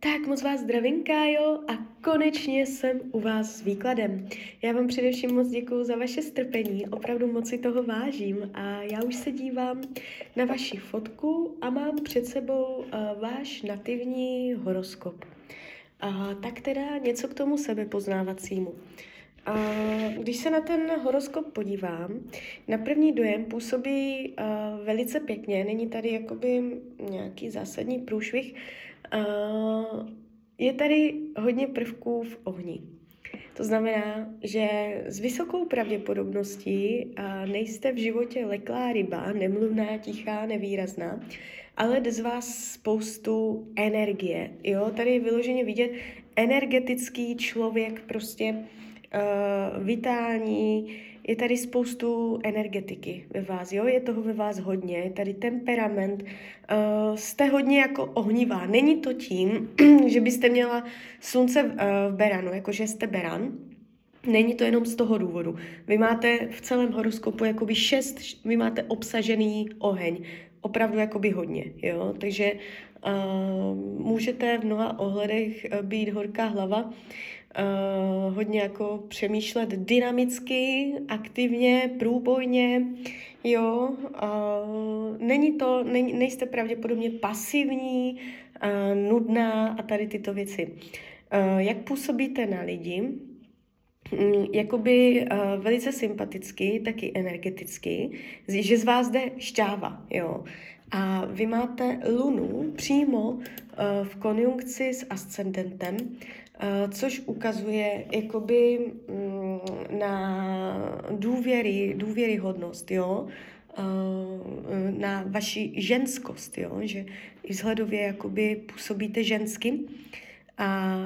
Tak moc vás zdravím, Kájo, a konečně jsem u vás s výkladem. Já vám především moc děkuju za vaše strpení, opravdu moc si toho vážím a já už se dívám na vaši fotku a mám před sebou váš nativní horoskop. Tak teda něco k tomu sebepoznávacímu. Když se na ten horoskop podívám, na první dojem působí velice pěkně, není tady jakoby nějaký zásadní průšvih, je tady hodně prvků v ohni. To znamená, že s vysokou pravděpodobností nejste v životě leklá ryba, nemluvná, tichá, nevýrazná, ale jde z vás spoustu energie. Jo? Tady je vyloženě vidět energetický člověk, prostě vitální, je tady spoustu energetiky ve vás, jo? Je toho ve vás hodně, je tady temperament, jste hodně jako ohnivá. Není to tím, že byste měla slunce v beranu, jakože jste beran, není to jenom z toho důvodu. Vy máte v celém horoskopu jakoby vy máte obsažený oheň, opravdu jakoby hodně, jo? Takže můžete v mnoha ohledech být horká hlava, hodně jako přemýšlet dynamicky, aktivně, průbojně, jo, nejste pravděpodobně pasivní, nudná a tady tyto věci. Jak působíte na lidi? Jakoby velice sympaticky, taky energeticky, že z vás jde šťáva, jo. A vy máte Lunu přímo v konjunkci s ascendentem, což ukazuje jakoby na důvěryhodnost, jo, na vaši ženskost, jo, že i vzhledově jakoby působíte žensky a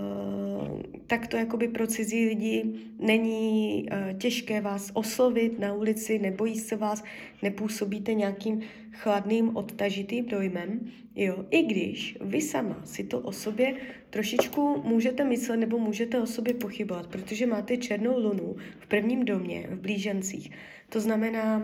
tak to jakoby pro cizí lidi není těžké vás oslovit na ulici, nebojí se vás, nepůsobíte nějakým chladným, odtažitým dojmem, jo, i když vy sama si to o sobě trošičku můžete myslet nebo můžete o sobě pochybovat, protože máte černou lunu v prvním domě, v blížencích. To znamená,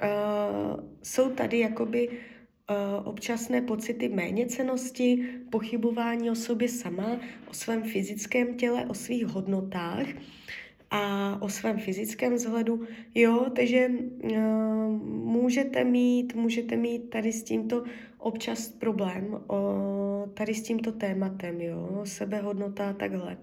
jsou tady jakoby občasné pocity méněcennosti, pochybování o sobě sama, o svém fyzickém těle, o svých hodnotách a o svém fyzickém vzhledu, jo, takže můžete mít tady s tímto občas problém, tady s tímto tématem, jo, sebehodnota a takhle.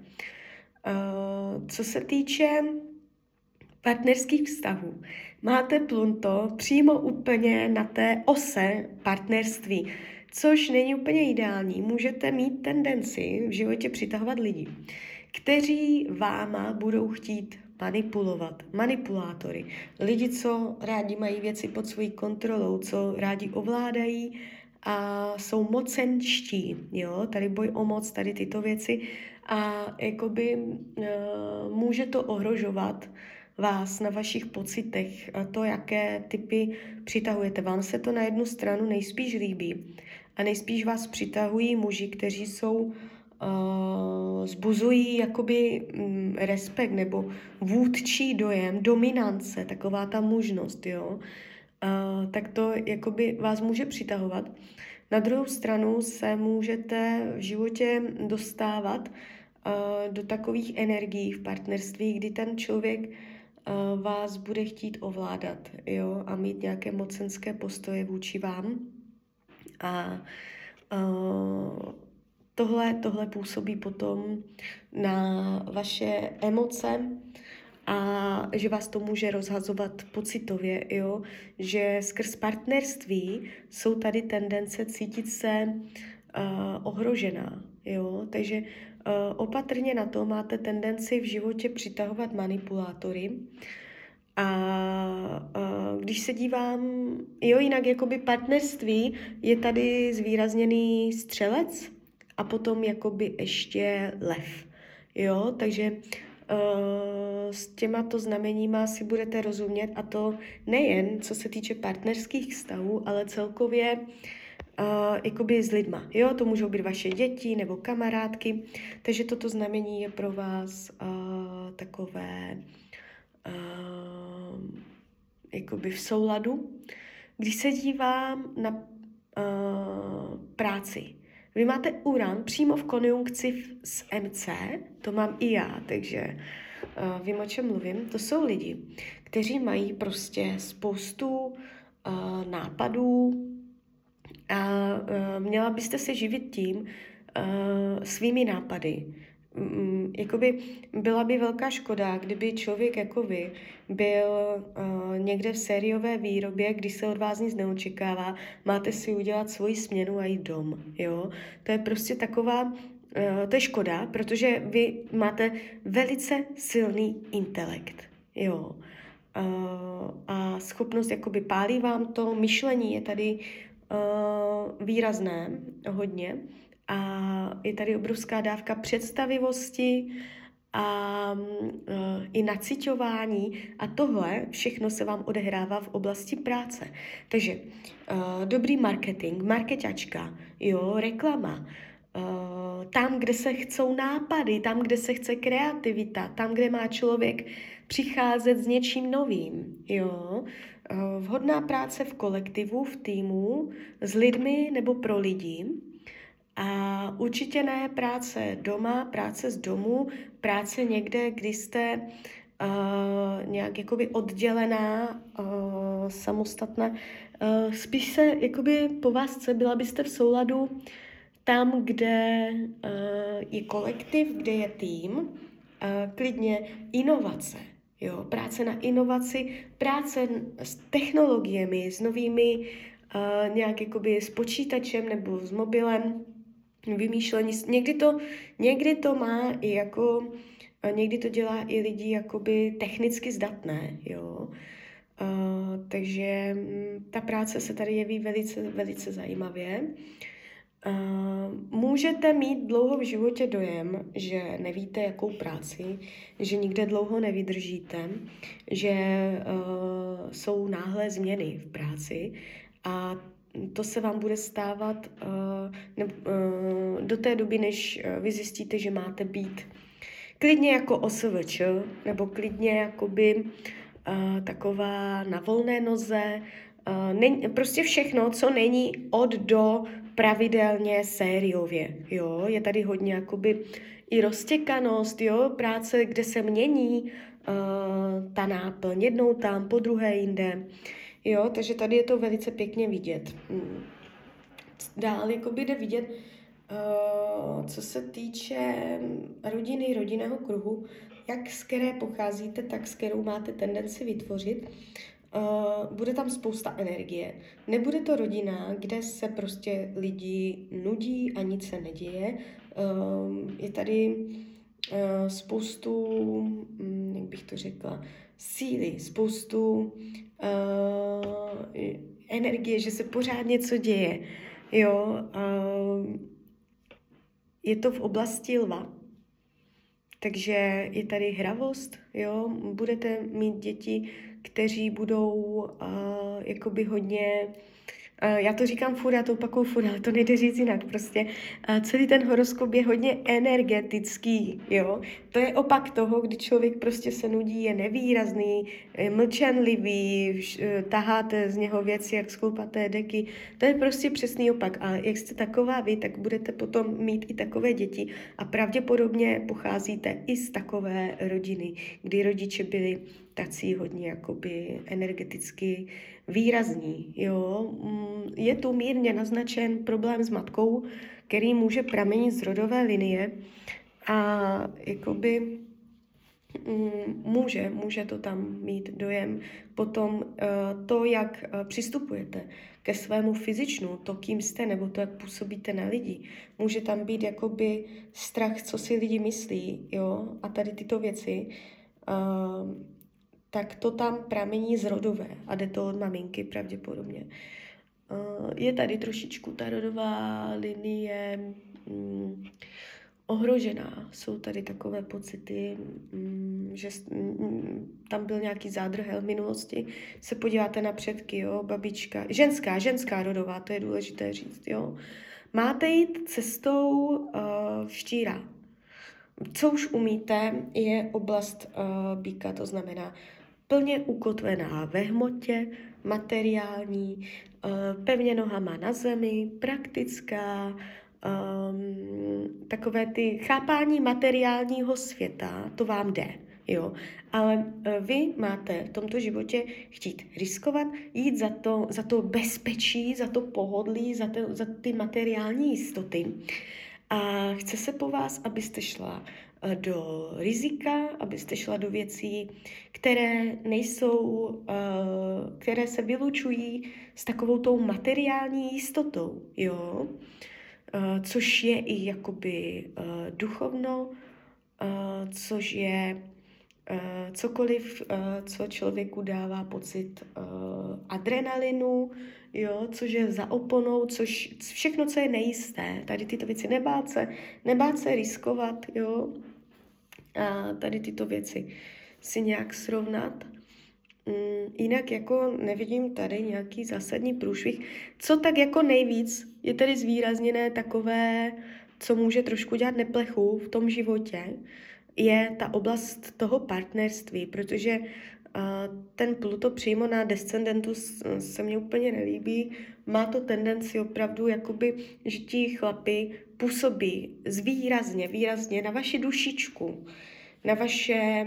Co se týče partnerských vztahů, máte Plunto přímo úplně na té ose partnerství, což není úplně ideální. Můžete mít tendenci v životě přitahovat lidi, kteří váma budou chtít manipulovat, manipulátory, lidi, co rádi mají věci pod svojí kontrolou, co rádi ovládají a jsou mocenští, jo, tady boj o moc, tady tyto věci a jakoby může to ohrožovat vás na vašich pocitech a to, jaké typy přitahujete. Vám se to na jednu stranu nejspíš líbí a nejspíš vás přitahují muži, kteří jsou zbuzují jakoby respekt nebo vůdčí dojem, dominance, taková ta mužnost, jo. Tak to jakoby vás může přitahovat. Na druhou stranu se můžete v životě dostávat do takových energií v partnerství, kdy ten člověk vás bude chtít ovládat, jo, a mít nějaké mocenské postoje vůči vám. A tohle působí potom na vaše emoce a že vás to může rozhazovat pocitově, jo, že skrz partnerství jsou tady tendence cítit se ohrožená, jo, takže opatrně na to máte tendenci v životě přitahovat manipulátory a když se dívám, jo, jinak jakoby partnerství je tady zvýrazněný střelec a potom jakoby ještě lev, jo, takže s těmato znameníma si budete rozumět a to nejen co se týče partnerských vztahů, ale celkově jakoby s lidma, jo, to můžou být vaše děti nebo kamarádky, takže toto znamení je pro vás takové jakoby v souladu. Když se dívám na práci, Vy máte Uran přímo v konjunkci s MC, to mám i já, takže vím, o čem mluvím. To jsou lidi, kteří mají prostě spoustu nápadů a měla byste se živit tím svými nápady. Jakoby byla by velká škoda, kdyby člověk jako vy byl někde v sériové výrobě, když se od vás nic neočekává, máte si udělat svoji směnu a jít dom, jo. To je prostě taková, to je škoda, protože vy máte velice silný intelekt, jo. A schopnost, jakoby pálí vám to, myšlení je tady výrazné, hodně. A je tady obrovská dávka představivosti a i naciťování a tohle všechno se vám odehrává v oblasti práce. Takže dobrý marketing, marketačka, jo, reklama, tam, kde se chcou nápady, tam, kde se chce kreativita, tam, kde má člověk přicházet s něčím novým, jo. Vhodná práce v kolektivu, v týmu, s lidmi nebo pro lidi. A určitě ne práce doma, práce z domu, práce někde, kdy jste nějak jakoby oddělená, samostatná. Spíš se jakoby po vás chce, byla byste v souladu tam, kde je kolektiv, kde je tým, klidně inovace. Jo, práce na inovaci, práce s technologiemi, s novými, nějak jakoby s počítačem nebo s mobilem, vymýšlení. Někdy to má i jako, někdy to dělá i lidi jakoby technicky zdatné, jo. Takže ta práce se tady jeví velice, velice zajímavě. Můžete mít dlouho v životě dojem, že nevíte, jakou práci, že nikde dlouho nevydržíte, že jsou náhlé změny v práci a to se vám bude stávat do té doby, než vy zjistíte, že máte být klidně jako OSVČ, nebo klidně jakoby taková na volné noze, prostě všechno, co není od do pravidelně sériově, jo, je tady hodně jakoby i roztěkanost, jo, práce, kde se mění ta náplň, jednou tam, po druhé jinde, jo, takže tady je to velice pěkně vidět. Dál jakoby jde vidět, co se týče rodiny, rodinného kruhu, jak z které pocházíte, tak s kterou máte tendenci vytvořit. Bude tam spousta energie. Nebude to rodina, kde se prostě lidi nudí a nic se neděje. Je tady spoustu, jak bych to řekla, síly, spoustu energie, že se pořád něco děje. Jo, je to v oblasti lva, takže je tady hravost, jo, budete mít děti, kteří budou jakoby hodně, já to říkám furt, já to opakuju furt, ale to nejde říct jinak, prostě celý ten horoskop je hodně energetický, jo, to je opak toho, kdy člověk prostě se nudí, je nevýrazný, je mlčenlivý, taháte z něho věci, jak skloupaté deky, to je prostě přesný opak, ale jak jste taková vy, tak budete potom mít i takové děti a pravděpodobně pocházíte i z takové rodiny, kdy rodiče byli tací hodně jakoby energeticky výrazní, jo. Je tu mírně naznačen problém s matkou, který může pramenit z rodové linie a jakoby může to tam mít dojem. Potom to, jak přistupujete ke svému fyzičnu, to, kým jste, nebo to, jak působíte na lidi. Může tam být jakoby strach, co si lidi myslí, jo, a tady tyto věci. Tak to tam pramení z rodové a jde to od maminky pravděpodobně. Je tady trošičku ta rodová linie ohrožená. Jsou tady takové pocity, že tam byl nějaký zádrhel v minulosti. Se podíváte na předky, jo, babička, ženská rodová, to je důležité říct, jo. Máte jít cestou štíra. Co už umíte, je oblast býka, to znamená plně ukotvená ve hmotě, materiální, pevně nohama na zemi, praktická, takové ty chápání materiálního světa, to vám jde, jo. Ale vy máte v tomto životě chtít riskovat, jít za to bezpečí, za to pohodlí, za ty materiální jistoty. A chce se po vás, abyste šla do rizika, abyste šla do věcí, které nejsou, které se vylučují s takovou tou materiální jistotou, jo? Což je i jakoby duchovno, což je cokoliv, co člověku dává pocit adrenalinu, jo, což je za oponou, což všechno, co je nejisté, tady tyto věci nebát se riskovat, jo, a tady tyto věci si nějak srovnat. Jinak jako nevidím tady nějaký zásadní průšvih. Co tak jako nejvíc je tady zvýrazněné takové, co může trošku dělat neplechu v tom životě, je ta oblast toho partnerství, protože ten Pluto přímo na descendentu se mně úplně nelíbí. Má to tendenci opravdu, jakoby, že ti chlapi působí výrazně na vaši dušičku, na vaše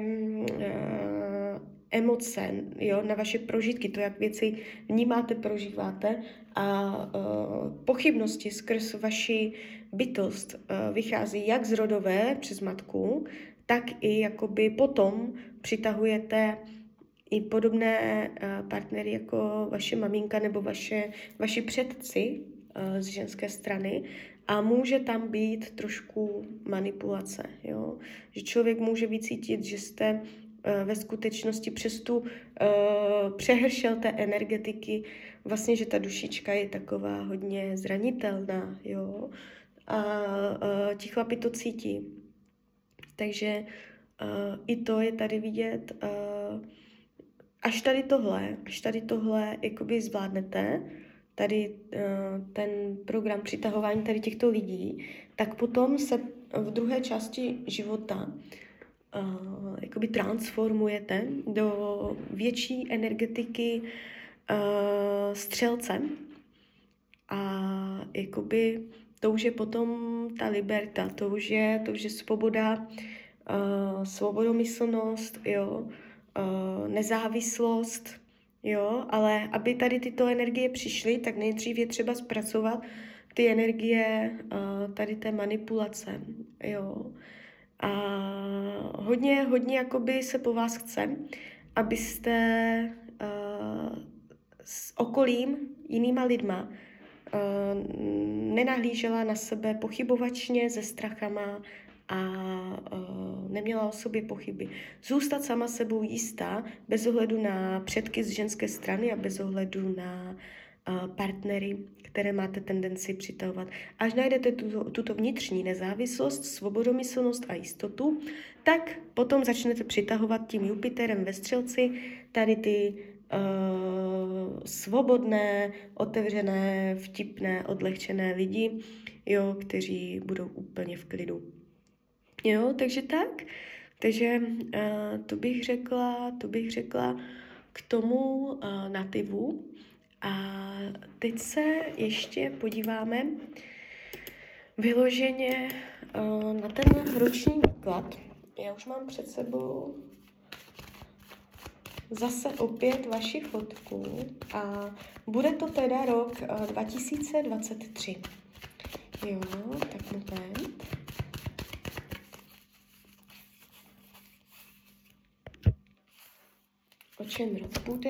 emoce, jo, na vaše prožitky, to, jak věci vnímáte, prožíváte a pochybnosti skrz vaši bytost vychází jak z rodové přes matku, tak i jakoby potom přitahujete i podobné partnery jako vaše maminka nebo vaši předci z ženské strany a může tam být trošku manipulace, jo? Že člověk může vycítit, že jste ve skutečnosti přes tu přehršel té energetiky, vlastně, že ta dušička je taková hodně zranitelná, jo? A ti chlapi to cítí. Takže i to je tady vidět, až tady tohle jakoby zvládnete, tady ten program přitahování tady těchto lidí, tak potom se v druhé části života jakoby transformujete do větší energetiky střelce a jakoby to už je potom ta liberta, to už je svoboda, svobodomyslnost, jo, nezávislost, jo, ale aby tady tyto energie přišly, tak nejdřív je třeba zpracovat ty energie tady té manipulace, jo. A hodně jakoby se po vás chce, abyste s okolím, jinýma lidma, nenahlížela na sebe pochybovačně, se strachama a neměla o sobě pochyby. Zůstat sama sebou jistá, bez ohledu na předky z ženské strany a bez ohledu na partnery, které máte tendenci přitahovat. Až najdete tuto vnitřní nezávislost, svobodomyslnost a jistotu, tak potom začnete přitahovat tím Jupiterem ve Střelci tady ty svobodné, otevřené, vtipné, odlehčené lidi, jo, kteří budou úplně v klidu. Jo, takže tak. Takže to bych řekla k tomu nativu. A teď se ještě podíváme vyloženě na ten roční výklad. Já už mám před sebou zase opět vaši fotku a bude to teda rok 2023. Jo, tak moment. O čem rok bude?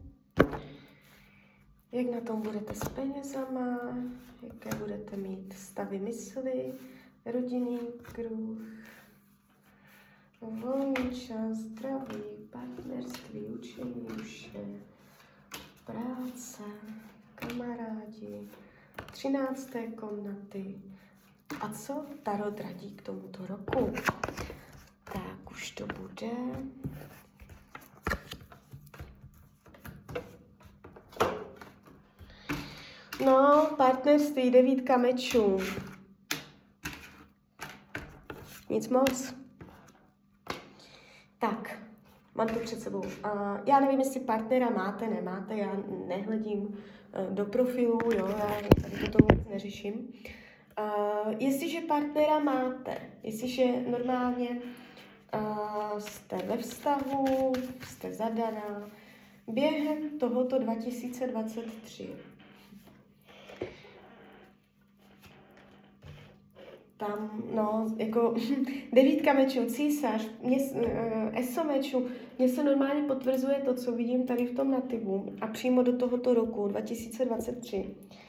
Jak na tom budete s penězama? Jaké budete mít stavy mysli? Rodinný kruh? Volný čas, zdraví, partnerství, učení duše, práce, kamarádi, 13. komnaty. A co tarot radí k tomuto roku? Tak už to bude. No, partnerství, 9 mečů. Nic moc. Tak, mám to před sebou. Já nevím, jestli partnera máte, nemáte, já nehledím do profilu, jo, já tady to vůbec neřeším. Jestliže partnera máte, jestliže normálně jste ve vztahu, jste zadaná, během tohoto 2023 tam, no, jako 9 mečů, císař, ESO mečů, mně se normálně potvrzuje to, co vidím tady v tom nativu a přímo do tohoto roku 2023.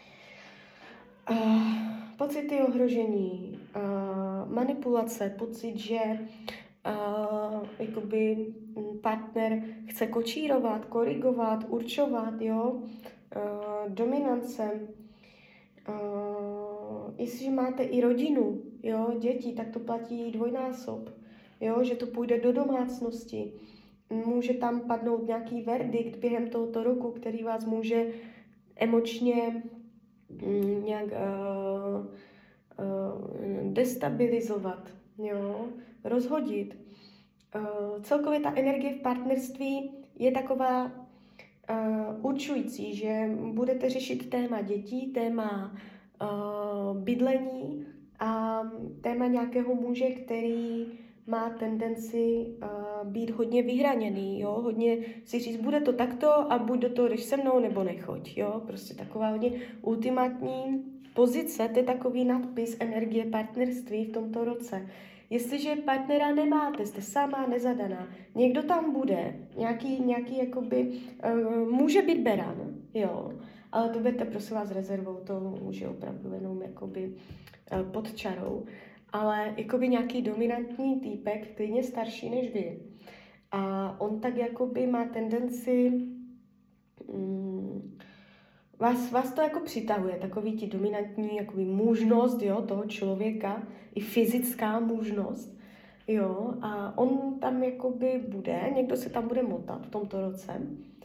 Pocity ohrožení, manipulace, pocit, že jakoby partner chce kočírovat, korigovat, určovat, jo, dominance. Jestliže máte i rodinu, jo, děti, tak to platí dvojnásob, jo, že to půjde do domácnosti. Může tam padnout nějaký verdikt během tohoto roku, který vás může emočně nějak destabilizovat, jo, rozhodit. Celkově ta energie v partnerství je taková určující, že budete řešit téma dětí, téma bydlení a téma nějakého muže, který má tendenci být hodně vyhraněný, jo, hodně si říct, bude to takto a buď do toho jdeš se mnou, nebo nechoď, jo, prostě taková hodně ultimátní pozice, to je takový nadpis energie partnerství v tomto roce. Jestliže partnera nemáte, jste sama nezadaná, někdo tam bude, nějaký jakoby, může být beran, jo, ale to berte prosím vás rezervou, to už je opravdu jenom jakoby pod čarou, ale jakoby nějaký dominantní týpek, klidně starší než vy. A on tak jakoby má tendenci, vás to jako přitahuje, takový ti dominantní jakoby mužnost, jo, toho člověka, i fyzická mužnost, jo, a on tam jakoby bude, někdo se tam bude motat v tomto roce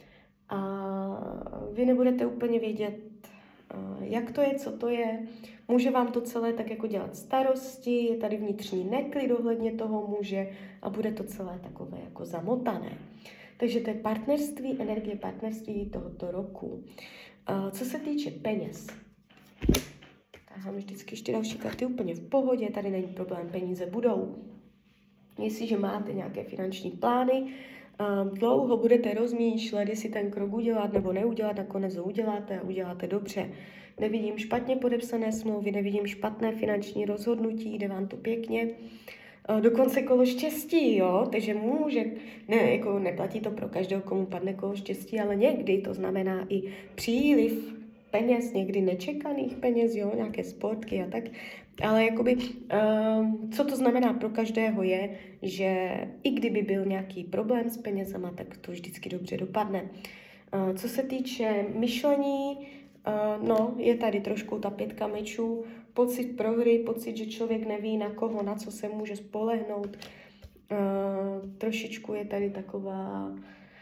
a vy nebudete úplně vědět, jak to je, co to je, může vám to celé tak jako dělat starosti, je tady vnitřní neklid ohledně toho muže a bude to celé takové jako zamotané. Takže to je partnerství, energie partnerství tohoto roku. Co se týče peněz, tak mám vždycky ještě další karty úplně v pohodě, tady není problém, peníze budou. Jestliže máte nějaké finanční plány, dlouho budete rozmýšlet, jestli ten krok udělat nebo neudělat, nakonec ho uděláte a uděláte dobře. Nevidím špatně podepsané smlouvy, nevidím špatné finanční rozhodnutí, jde vám to pěkně. Dokonce kolo štěstí, jo, takže může, ne, jako neplatí to pro každého, komu padne kolo štěstí, ale někdy to znamená i příliv peněz, někdy nečekaných peněz, jo, nějaké sportky a tak, ale jakoby, co to znamená pro každého je, že i kdyby byl nějaký problém s penězama, tak to vždycky dobře dopadne. Co se týče myšlení, no, je tady trošku ta 5 mečů, pocit prohry, pocit, že člověk neví na koho, na co se může spolehnout. Trošičku je tady taková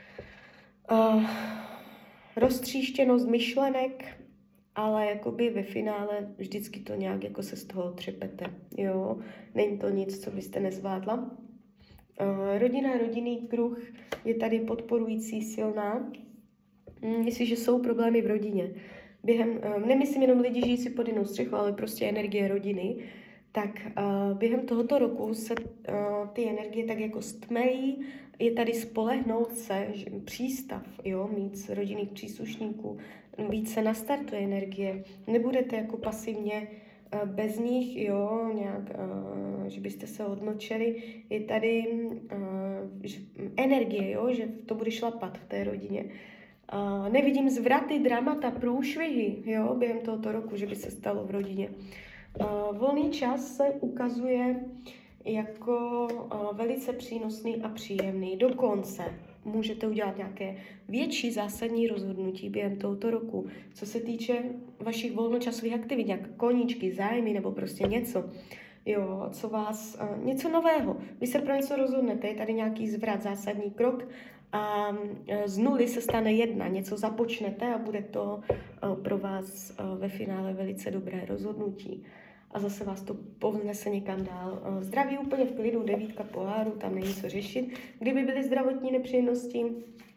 roztříštěnost myšlenek, ale jakoby ve finále vždycky to nějak jako se z toho třepete, jo. Není to nic, co byste nezvládla. Rodina, rodinný kruh je tady podporující, silná. Jestliže jsou problémy v rodině, nemyslím jenom lidi žijící pod jinou střechou, ale prostě energie rodiny, tak během tohoto roku se ty energie tak jako stmelí, je tady spolehnout se, přístav, jo, mít rodinných příslušníků, víc se nastartuje energie, nebudete jako pasivně bez nich, jo, nějak, že byste se odmlčeli, je tady energie, jo, že to bude šlapat v té rodině. Nevidím zvraty, dramata, průšvihy, jo, během tohoto roku, že by se stalo v rodině. Volný čas se ukazuje jako velice přínosný a příjemný. Dokonce můžete udělat nějaké větší zásadní rozhodnutí během tohoto roku. Co se týče vašich volnočasových aktivit, nějak koníčky, zájmy nebo prostě něco, jo, co vás, něco nového. Vy se pro něco rozhodnete, je tady nějaký zvrat, zásadní krok, a z nuly se stane 1, něco započnete a bude to pro vás ve finále velice dobré rozhodnutí. A zase vás to povnese někam dál. Zdraví úplně v klidu, 9 poháru, tam není co řešit. Kdyby byly zdravotní nepříjemnosti,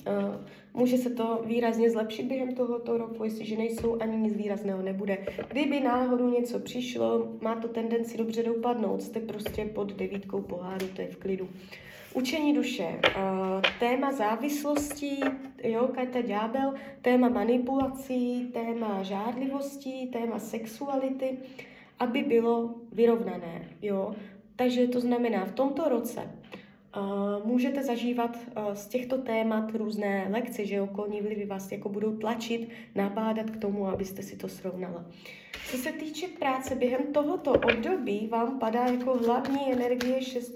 Může se to výrazně zlepšit během tohoto roku, jestliže nejsou, ani nic výrazného nebude. Kdyby náhodou něco přišlo, má to tendenci dobře dopadnout, jste prostě pod 9 poháru, to je v klidu. Učení duše, téma závislostí, jo, karta ďábel, téma manipulací, téma žádlivostí, téma sexuality, aby bylo vyrovnané, jo. Takže to znamená, v tomto roce můžete zažívat z těchto témat různé lekce, že okolní vlivy vás jako budou tlačit, nabádat k tomu, abyste si to srovnala. Co se týče práce, během tohoto období vám padá jako hlavní energie 6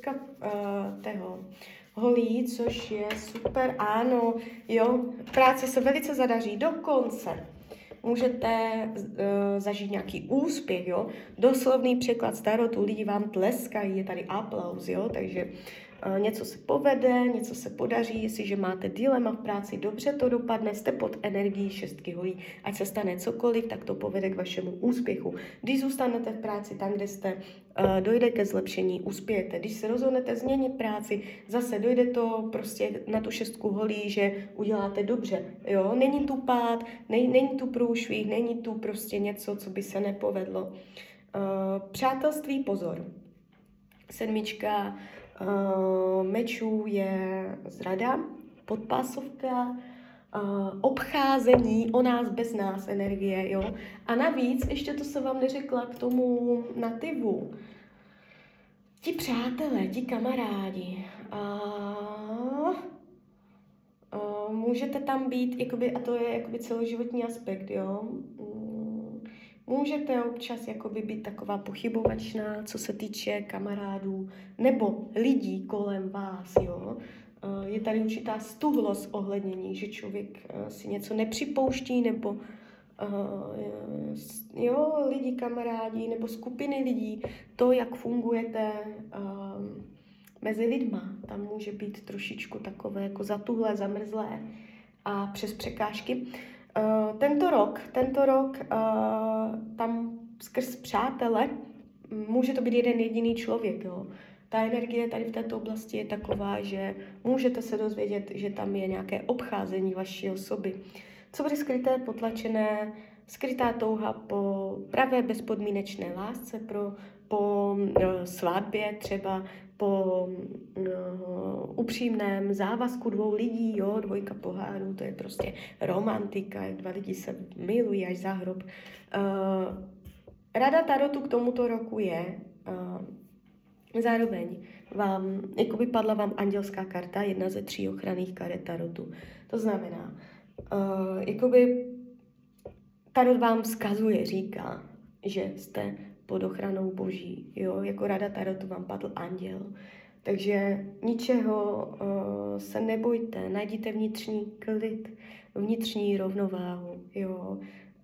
holí, což je super, ano, jo, práce se velice zadaří, dokonce můžete zažít nějaký úspěch, jo, doslovný překlad z tarotu, lidi vám tleskají, je tady aplauz, jo, takže něco se povede, něco se podaří, jestliže máte dilema v práci, dobře to dopadne, jste pod energií 6 holí, ať se stane cokoliv, tak to povede k vašemu úspěchu. Když zůstanete v práci tam, kde jste, dojde ke zlepšení, uspějete. Když se rozhodnete změnit práci, zase dojde to prostě na tu 6 holí, že uděláte dobře, jo, není tu pád, není tu průšvih, není tu prostě něco, co by se nepovedlo. Přátelství, pozor. 7 mečů je zrada, podpásovka, obcházení o nás bez nás energie, jo. A navíc, ještě to jsem vám neřekla k tomu nativu, ti přátelé, ti kamarádi, můžete tam být, jakoby, a to je jakoby celoživotní aspekt, jo. Můžete občas jakoby být taková pochybovačná, co se týče kamarádů nebo lidí kolem vás, jo. Je tady určitá stuhlost ohlednění, že člověk si něco nepřipouští, nebo jo, lidi, kamarádi nebo skupiny lidí, to, jak fungujete mezi lidma, tam může být trošičku takové jako zatuhlé, zamrzlé a přes překážky. Tento rok tam skrz přátele může to být jeden jediný člověk, jo. Ta energie tady v této oblasti je taková, že můžete se dozvědět, že tam je nějaké obcházení vaší osoby. Co bude skryté, potlačené, skrytá touha po pravé bezpodmínečné lásce, po svatbě třeba, po upřímném závazku 2 lidí, jo, 2 pohárů, to je prostě romantika, jak 2 lidi se milují až za hrob. Rada tarotu k tomuto roku je, zároveň vám, jakoby padla vám andělská karta, 1 ze 3 ochranných karet tarotu. To znamená, jakoby tarot vám vzkazuje, říká, že jste pod ochranou Boží, jo, jako rada tarotu vám padl anděl. Takže ničeho se nebojte, najděte vnitřní klid, vnitřní rovnováhu, jo.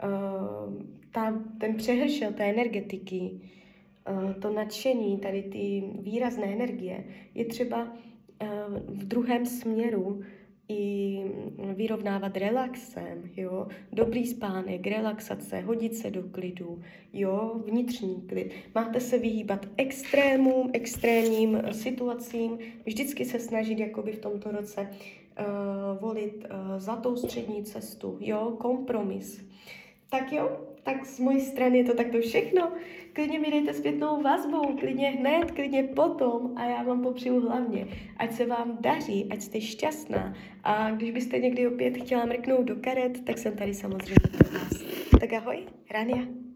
Ten přehršel té energetiky, to nadšení, tady ty výrazné energie, je třeba v druhém směru i vyrovnávat relaxem, jo, dobrý spánek, relaxace, hodit se do klidu, jo, vnitřní klid. Máte se vyhýbat extrémům, extrémním situacím, vždycky se snažit jakoby v tomto roce volit zlatou střední cestu, jo, kompromis. Tak jo, tak z mojí strany je to takto všechno. Klidně mi dejte zpětnou vazbu, klidně hned, klidně potom a já vám popřeju hlavně, ať se vám daří, ať jste šťastná a když byste někdy opět chtěla mrknout do karet, tak jsem tady samozřejmě pro vás. Tak ahoj, Rania.